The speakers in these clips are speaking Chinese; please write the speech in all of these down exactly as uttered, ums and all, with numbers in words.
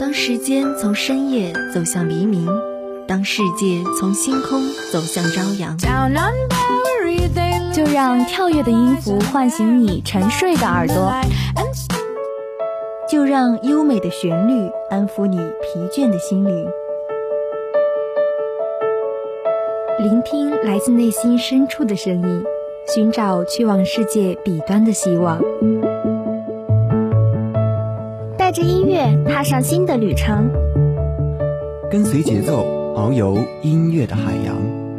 当时间从深夜走向黎明，当世界从星空走向朝阳， 就让跳跃的音符唤醒你沉睡的耳朵， 就让优美的旋律安抚你疲倦的心灵。聆听来自内心深处的声音，寻找去往世界彼端的希望。 带着音乐踏上新的旅程， 跟随节奏遨游音乐的海洋。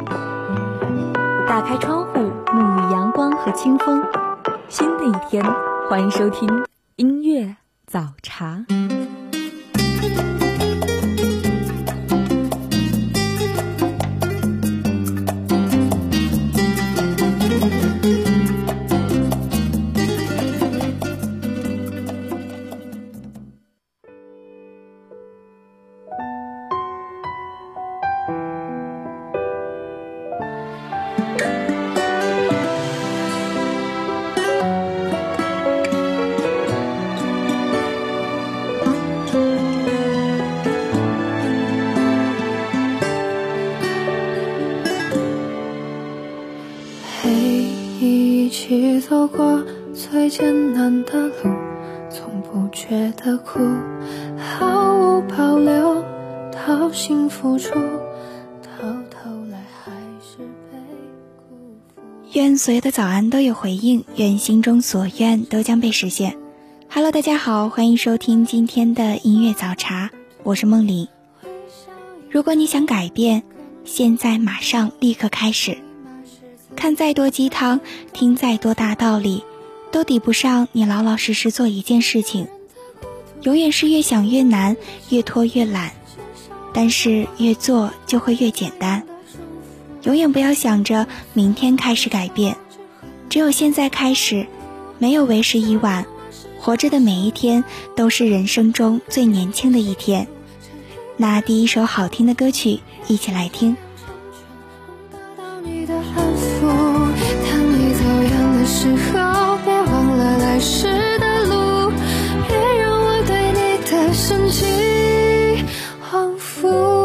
打开窗户，沐浴阳光和清风。新的一天，欢迎收听音乐早茶。 一起走过最艰难的路，从不觉得苦，毫无保留掏心付出，到头来还是被辜负。 愿所有的早安都有回应，愿心中所愿都将被实现。Hello， 大家好，欢迎收听今天的音乐早茶，我是梦玲。如果你想改变，现在马上立刻开始。看再多鸡汤，听再多大道理，都抵不上你老老实实做一件事情。永远是越想越难，越拖越懒，但是越做就会越简单。永远不要想着明天开始改变，只有现在开始，没有为时已晚。活着的每一天都是人生中最年轻的一天。那第一首好听的歌曲一起来听。 时候别忘了来时的路，别让我对你的深情恍惚。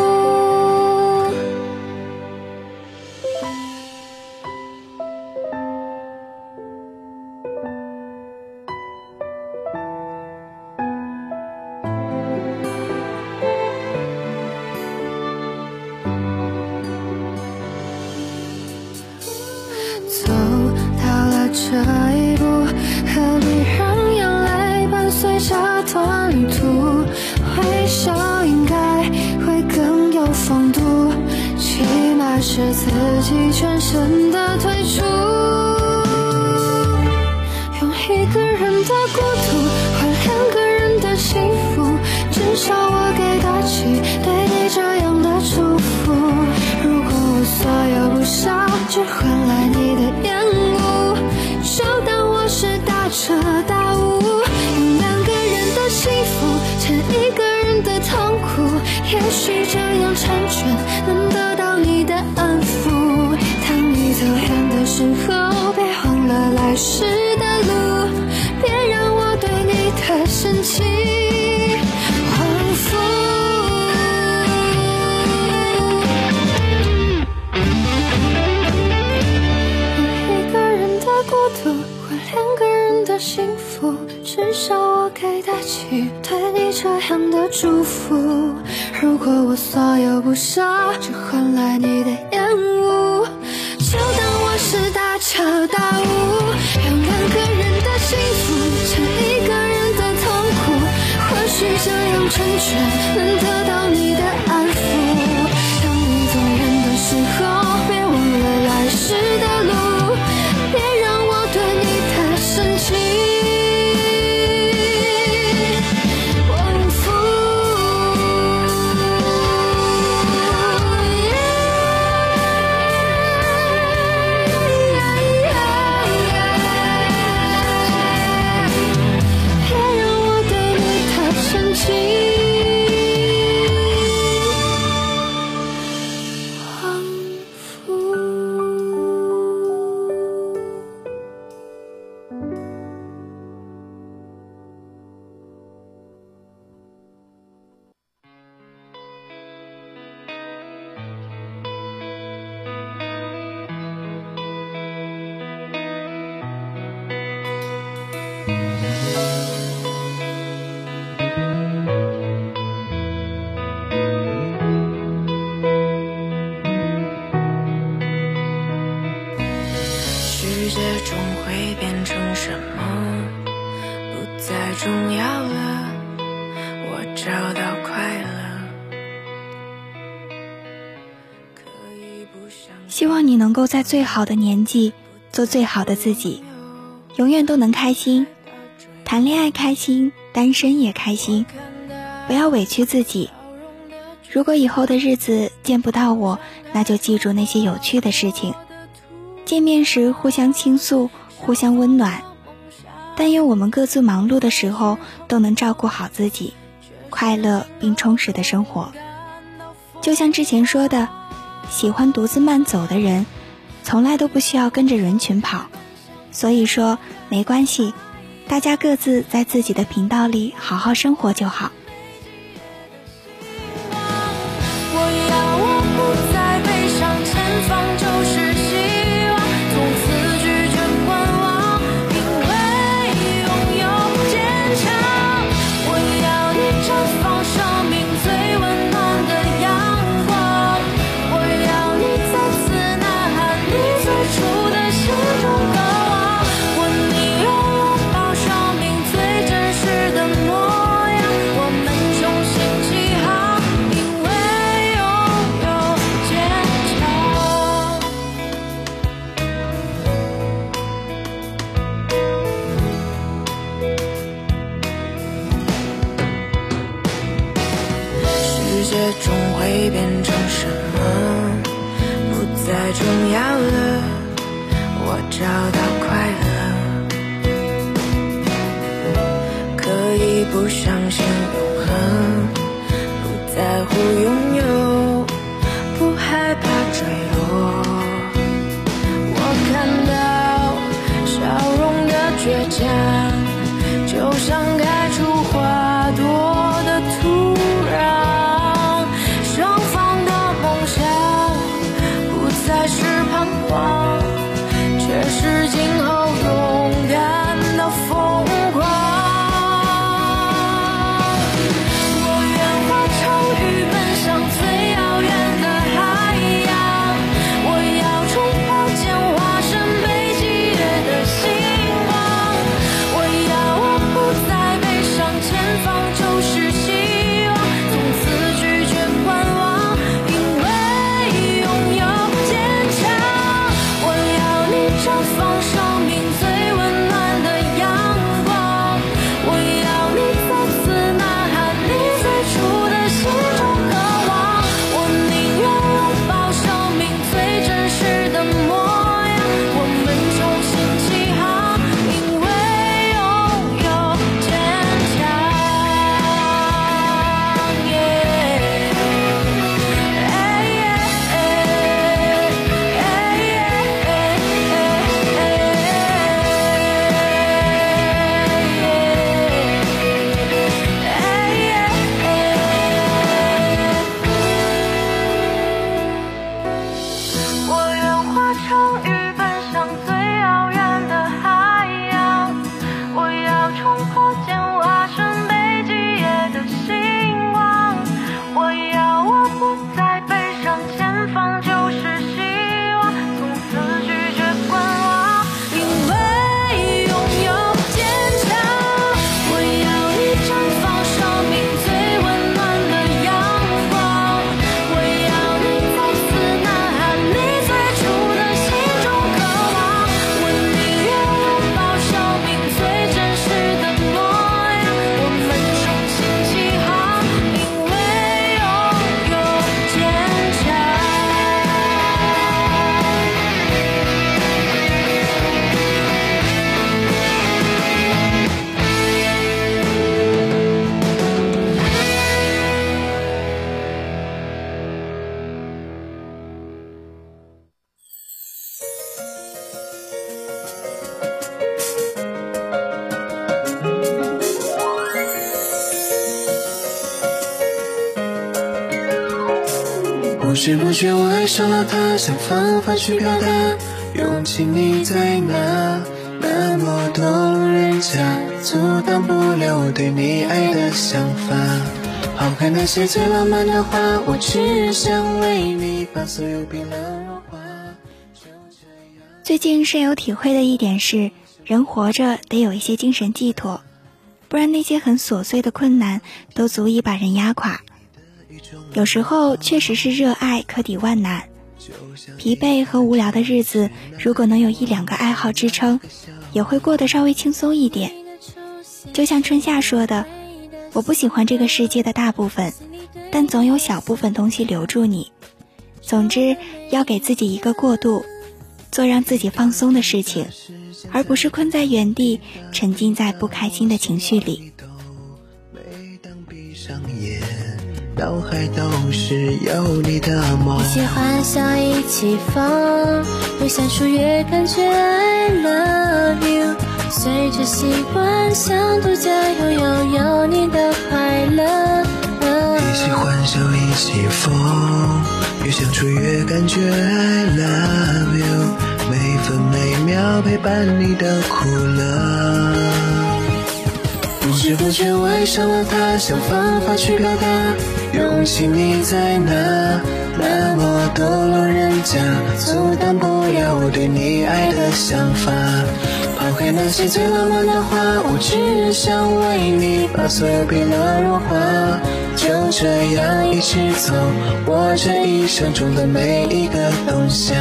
走这一步，何必让眼泪伴随这段旅途？微笑应该会更有风度，起码是自己全身的退出。用一个人的孤独换两个人的幸福，至少我给得起对你这样的祝福。如果我所有不少只换来你的厌恶，就当我是大彻大悟，用两个人的幸福撑一个人的痛苦，也许这样成全能得到你的安抚。当你走远的时候，别忘了来时的路，别让我对你的深情恍惚。幸福，至少我给得起对你这样的祝福。如果我所有不舍只换来你的厌恶，就当我是大彻大悟，用两个人的幸福撑一个人的痛苦，或许这样成全能得到你的安抚。当你走远的时候，别忘了来时的路，别让我对你的深情再重要了，我找到快乐。 希望你能够在最好的年纪做最好的自己，永远都能开心，谈恋爱开心，单身也开心，不要委屈自己。如果以后的日子见不到我，那就记住那些有趣的事情，见面时互相倾诉，互相温暖。但愿我们各自忙碌的时候都能照顾好自己，快乐并充实的生活。就像之前说的，喜欢独自慢走的人从来都不需要跟着人群跑，所以说没关系，大家各自在自己的频道里好好生活就好。 世界终会变成什么不再重要了，我找到快乐。可以不相信永恒，不在乎拥有，不害怕坠落。我看到笑容的倔强，就像开出花朵的土壤。却是今后勇敢的疯狂。我愿化成雨，奔向最遥远的海洋。我要冲破茧，化身被击裂的星光。我要我不再悲伤，前方就是希望。从此拒绝观望，因为拥有坚强。绽放生命最温暖的阳光，我要你再次呐喊你最初的心中渴望。我宁愿拥抱生命最真实的模样，我们重新起航，因为拥有坚强。 不知不觉我爱上了他，想方法去表达，勇气你在哪？那么多路人甲，阻挡不了我对你爱的想法。抛开那些最浪漫的话，我只想为你把所有冰冷融化。 最近深有体会的一点是，人活着得有一些精神寄托。 不然那些很琐碎的困难都足以把人压垮。有时候确实是热爱可抵万难，疲惫和无聊的日子如果能有一两个爱好支撑，也会过得稍微轻松一点。就像春夏说的，我不喜欢这个世界的大部分，但总有小部分东西留住你。总之要给自己一个过渡，做让自己放松的事情，而不是困在原地沉浸在不开心的情绪里。 每当闭上眼，脑海都是有你的梦， 一起幻想一起疯，越相处越感觉 I love you， 随着习惯想独家拥有有你的快乐， 一起欢笑一起疯，越相处越感觉 I love you， 每分每秒陪伴你的苦乐。不知不觉我爱上了他，想方法去表达，勇气你在哪？那么多路人甲，阻挡不了我对你爱的想法。抛开那些最浪漫的话，我只想为你把所有变得如花。就这样一直走，我这一生中的每一个冬夏。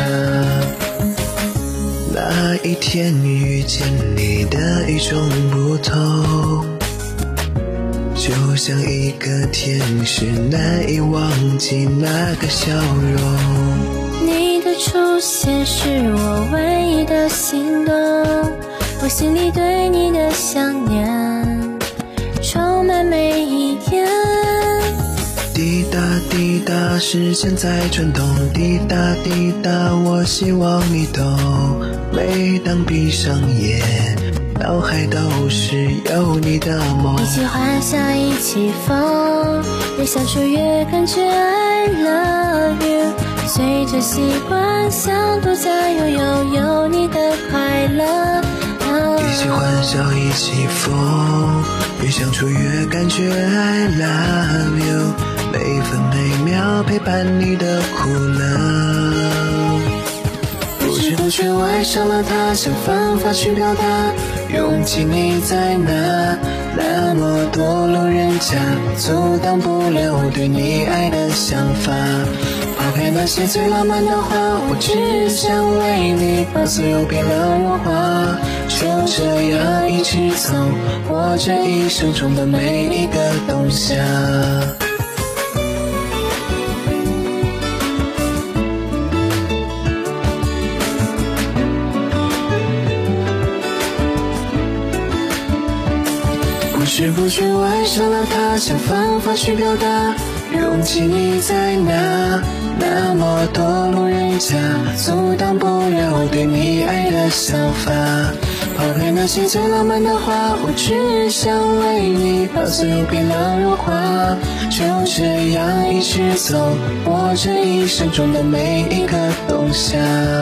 那一天遇见你的与众不同，就像一个天使，难以忘记那个笑容。 你的出现是我唯一的心动，我心里对你的想念充满每一天。 滴答滴答，时间在转动，滴答滴答，我希望你懂。每当闭上眼，脑海都是有你的梦， 一起幻想一起疯，越相处越感觉 I love you， 随着习惯想独家拥有有你的快乐， 一起欢笑一起疯，越相处越感觉 I love you， 每分每秒陪伴你的苦乐。不知不觉我爱上了他，想方法去表达，勇气你在哪？那么多路人甲，阻挡不了我对你爱的想法。抛开那些最浪漫的话，我只想为你把所有变得如花。就这样一直走，我这一生中的每一个冬夏。不知不觉我爱上了他，想方法去表达，勇气你在哪？那么多路人甲，阻挡不了我对你爱的想法。抛开那些最浪漫的话，我只想为你把所有变得如花。就这样一直走，我这一生中的每一个冬夏。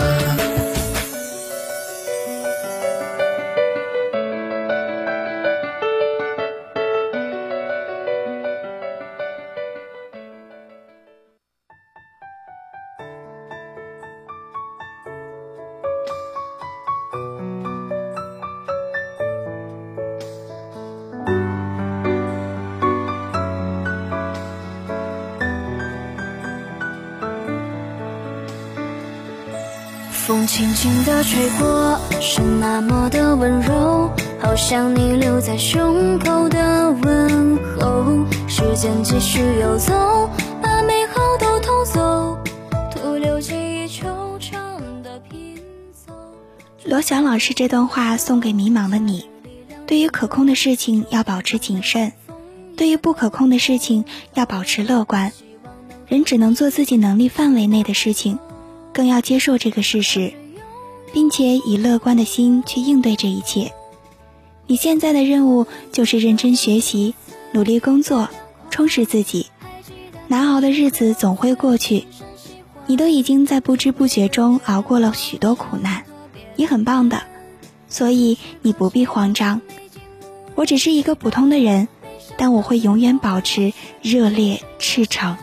风轻轻地吹过，是那么的温柔，好像你留在胸口的问候。时间继续游走，把美好都偷走，徒留记忆惆怅的拼凑。 罗翔老师这段话送给迷茫的你，对于可控的事情要保持谨慎，对于不可控的事情要保持乐观。人只能做自己能力范围内的事情，更要接受这个事实，并且以乐观的心去应对这一切。你现在的任务就是认真学习，努力工作，充实自己。难熬的日子总会过去，你都已经在不知不觉中熬过了许多苦难，你很棒的，所以你不必慌张。我只是一个普通的人，但我会永远保持热烈赤诚。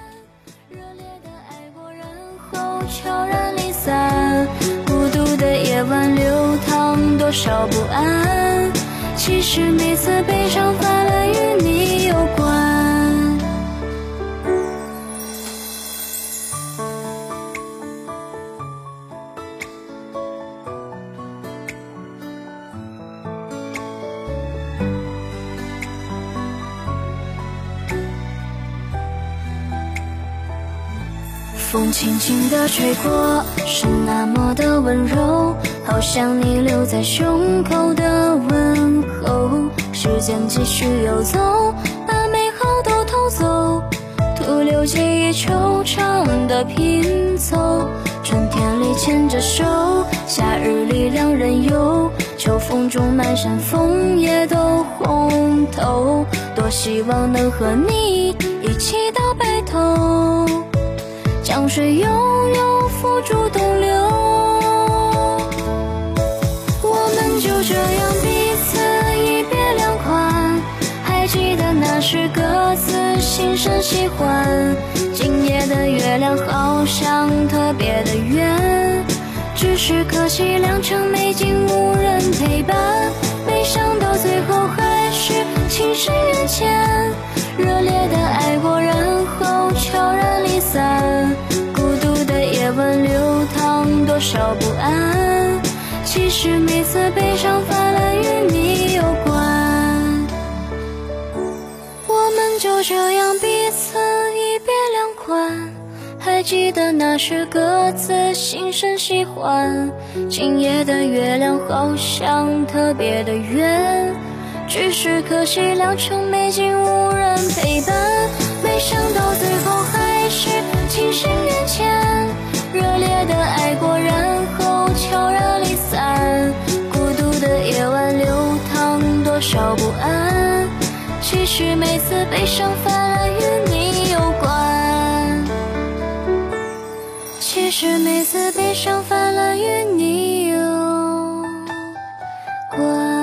悄然离散，孤独的夜晚流淌多少不安，其实每次悲伤翻风轻轻地吹过，是那么的温柔，好像你留在胸口的问候。时间继续游走，把美好都偷走，徒留记忆惆怅的拼凑。春天里牵着手，夏日里两人游，秋风中满山枫叶都红透。多希望能和你一起到白头，江水悠悠，付诸东流。我们就这样彼此一别两宽，还记得那时各自心生喜欢。今夜的月亮好像特别的圆，只是可惜良辰美景无人陪伴。没想到最后还是情深缘浅，热烈的爱过，然后悄然离散。孤独的夜晚流淌多少不安，其实每次悲伤泛滥与你有关。我们就这样彼此一别两宽，还记得那时各自心生喜欢。今夜的月亮好像特别的圆，只是可惜良辰美景无人陪伴。没想到最后还是情深缘浅，热烈的爱过，然后悄然离散。孤独的夜晚流淌多少不安，其实每次悲伤泛滥与你有关。其实每次悲伤泛滥与你有关。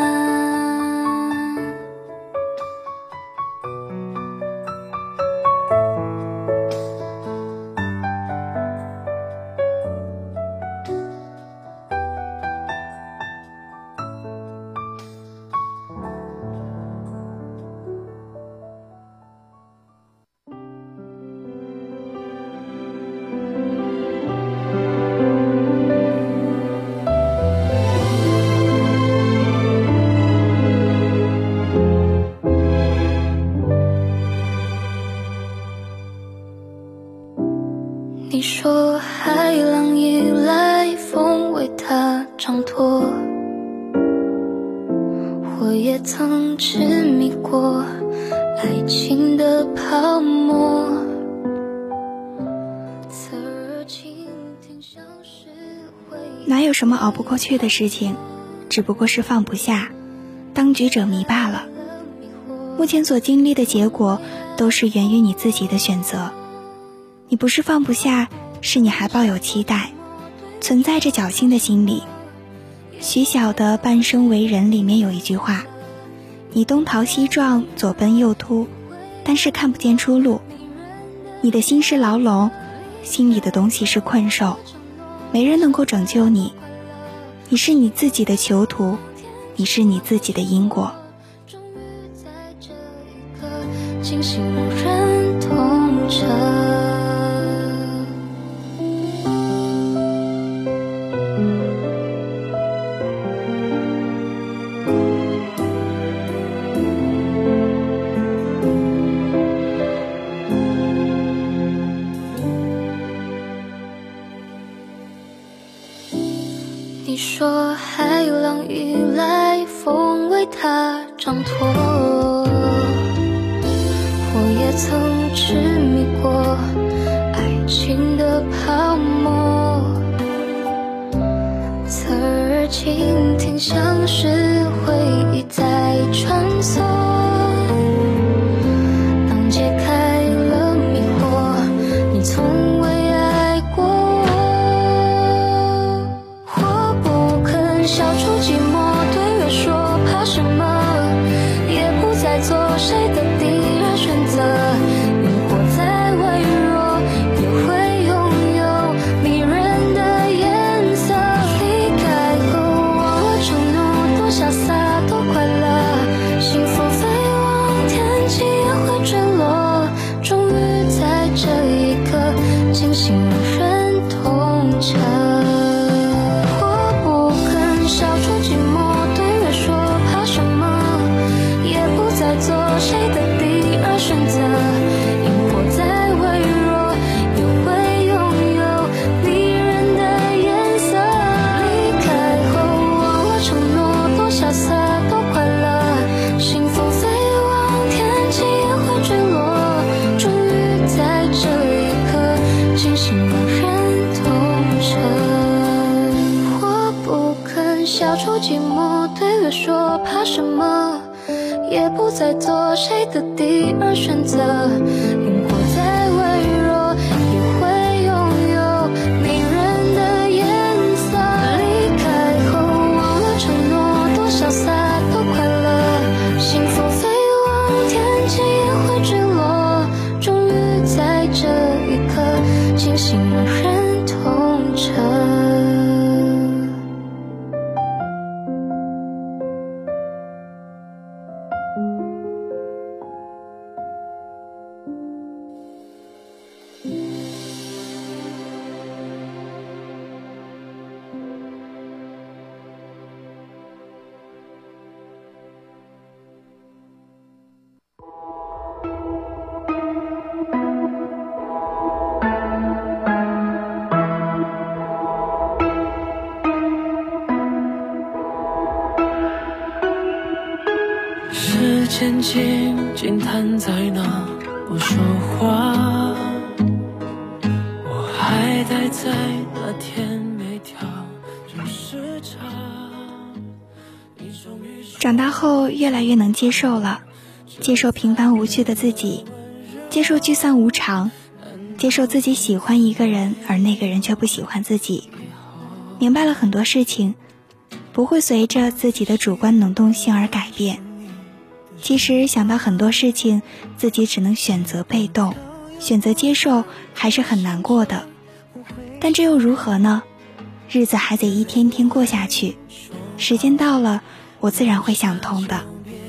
你说海浪一来，风为它涨脱，我也曾痴迷过爱情的泡沫。 哪有什么熬不过去的事情，只不过是放不下，当局者迷罢了。目前所经历的结果都是源于你自己的选择。你不是放不下，是你还抱有期待，存在着侥幸的心理。徐晓的《半生为人》里面有一句话，你东逃西撞，左奔右突，但是看不见出路。你的心是牢笼，心里的东西是困兽，没人能够拯救你。你是你自己的囚徒，你是你自己的因果。 终于在这一刻惊醒人同城。你说海浪一来，风为它涨脱，我也曾痴迷过爱情的泡沫。侧耳倾听，像是回忆在穿梭，当解开了迷惑，你从未爱过我。消除寂寞，对月说怕什么，也不再做谁的第二选择。你活在微弱，也会拥有迷人的颜色。离开后忘了承诺，多潇洒，多快乐。幸福飞往天际也会坠落，终于在这一刻惊醒人同城。消除寂寞，对月说怕什么，也不再做谁的第二选择。因活在微弱，也会拥也不再做谁的第二选择。萤火再微弱，也会拥有迷人的颜色。离开后忘了承诺，多潇洒多快乐，幸福飞往天际也会坠落，终于在这一刻清醒让人痛彻。 时间静静躺在那不说话，我还待在那天每条旧时差。 长大后越来越能接受了，接受平凡无趣的自己，接受聚散无常，接受自己喜欢一个人而那个人却不喜欢自己。明白了很多事情不会随着自己的主观能动性而改变。其实想到很多事情，自己只能选择被动，选择接受，还是很难过的。但这又如何呢？日子还得一天天过下去，时间到了，我自然会想通的。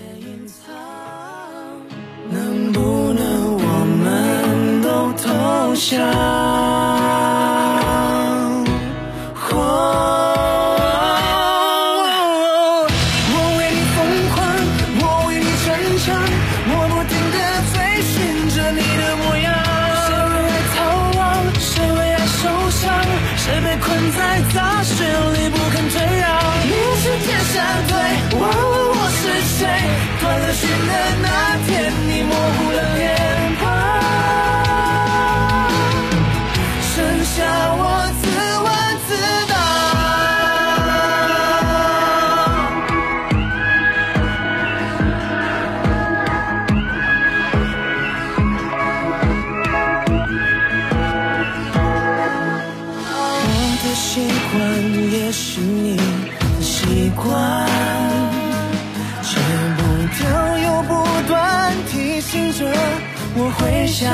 能不能我们都投降？谁被困在杂讯里不肯退让？你是天山对，忘了我是谁。断了讯的那天，你模糊了脸庞，剩下我自问自答。习惯也是你的习惯，戒不掉又不断提醒着我回想，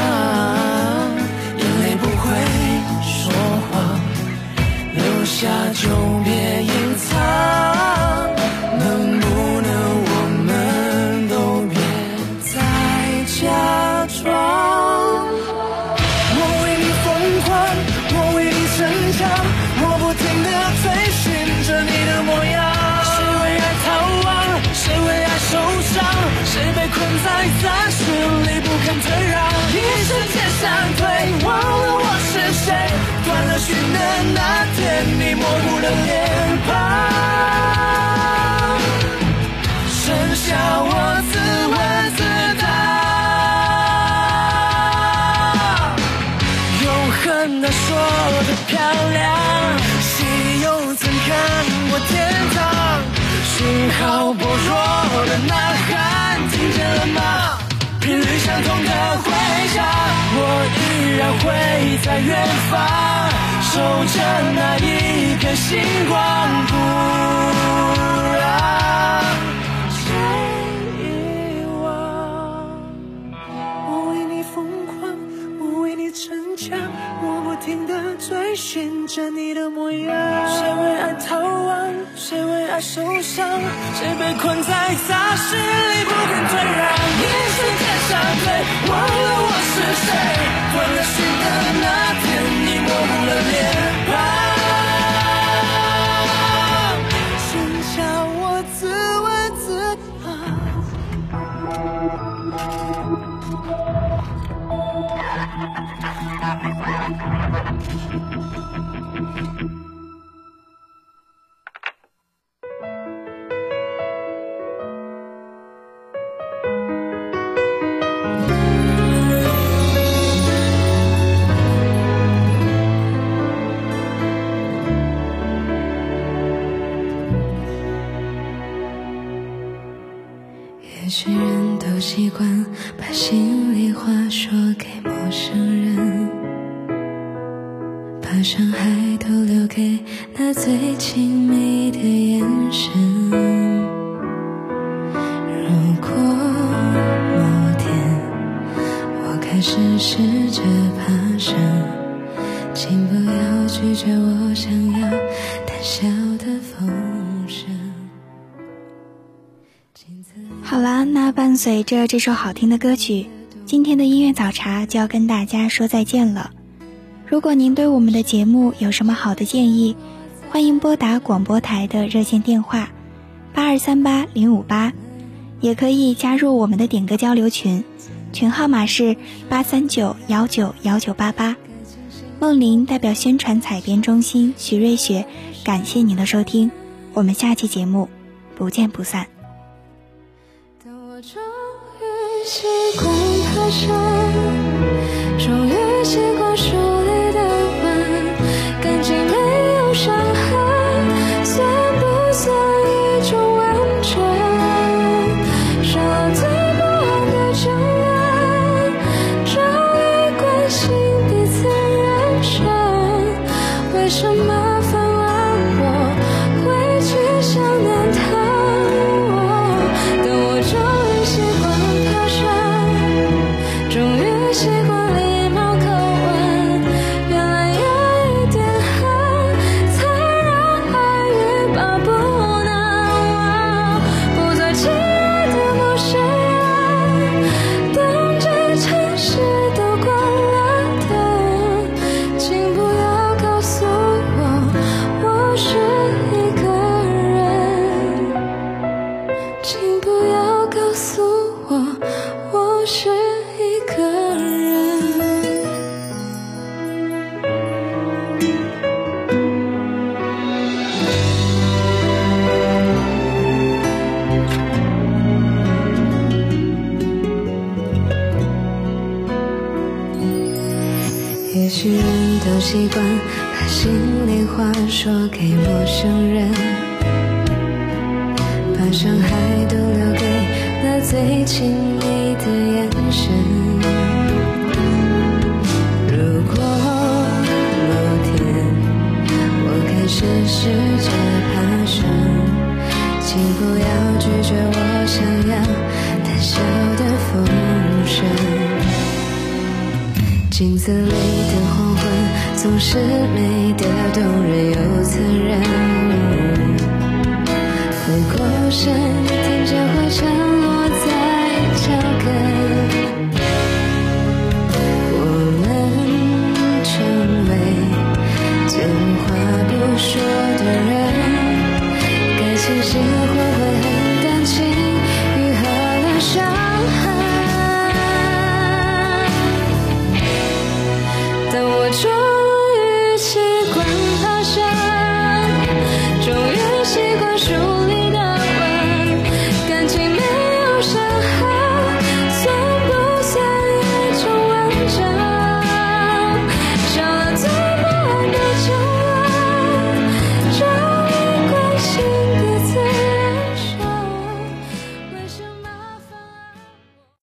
眼泪不会说谎，留下就别隐藏。能不能我们都别再假装？我不停地追寻着你的模样，谁为爱逃亡，谁为爱受伤，谁被困在杂讯里不肯退让。一时间闪退，忘了我是谁。断了讯的那天，你模糊了脸庞，剩下我自问自答。永恒的说着漂亮，谁又曾看过天堂？讯号薄弱的呐喊，听见了吗？频率相同的回响，我依然会在远方，守着那一片星光，不让谁遗忘。我为你疯狂，我为你逞强，我不停地追寻着你的模样。谁为爱逃亡，谁为爱受伤，谁被困在杂讯里不肯退让。一时间闪退，忘了我是谁。断了讯的那天，你模糊了脸庞，剩下我自问自些人都习惯把心里话说给陌生人，把伤害都留给那最亲密的眼神。如果某天我开始试着爬升，请不要拒绝我想要胆小的风声。 好啦，那伴随着这首好听的歌曲，今天的音乐早茶就要跟大家说再见了。如果您对我们的节目有什么好的建议，欢迎拨打广播台的热线电话八二三八零五八，也可以加入我们的点歌交流群，群号码是八三九幺九幺九八八。梦玲代表宣传采编中心徐瑞雪，感谢您的收听，我们下期节目不见不散。 终于习惯爬山，终于习惯书里的吻，感情没有伤痕，算不算一种完整？少了最不安的争论，终于关心彼此人生，为什么反而我会去想念他？习惯礼貌口吻，原来有一点恨，才让爱欲罢不能。不做亲爱的陌生人，等这城市都关了灯，请不要告诉我我是一个人，请不要告诉我我是一个人。也许人都习惯把心里话说给陌生人，把伤害都留给那最亲密的眼神。如果某天我开始试着爬升，请不要拒绝我想要胆小的风声。镜子里的黄昏总是美得动人又残忍，回过神，听见回声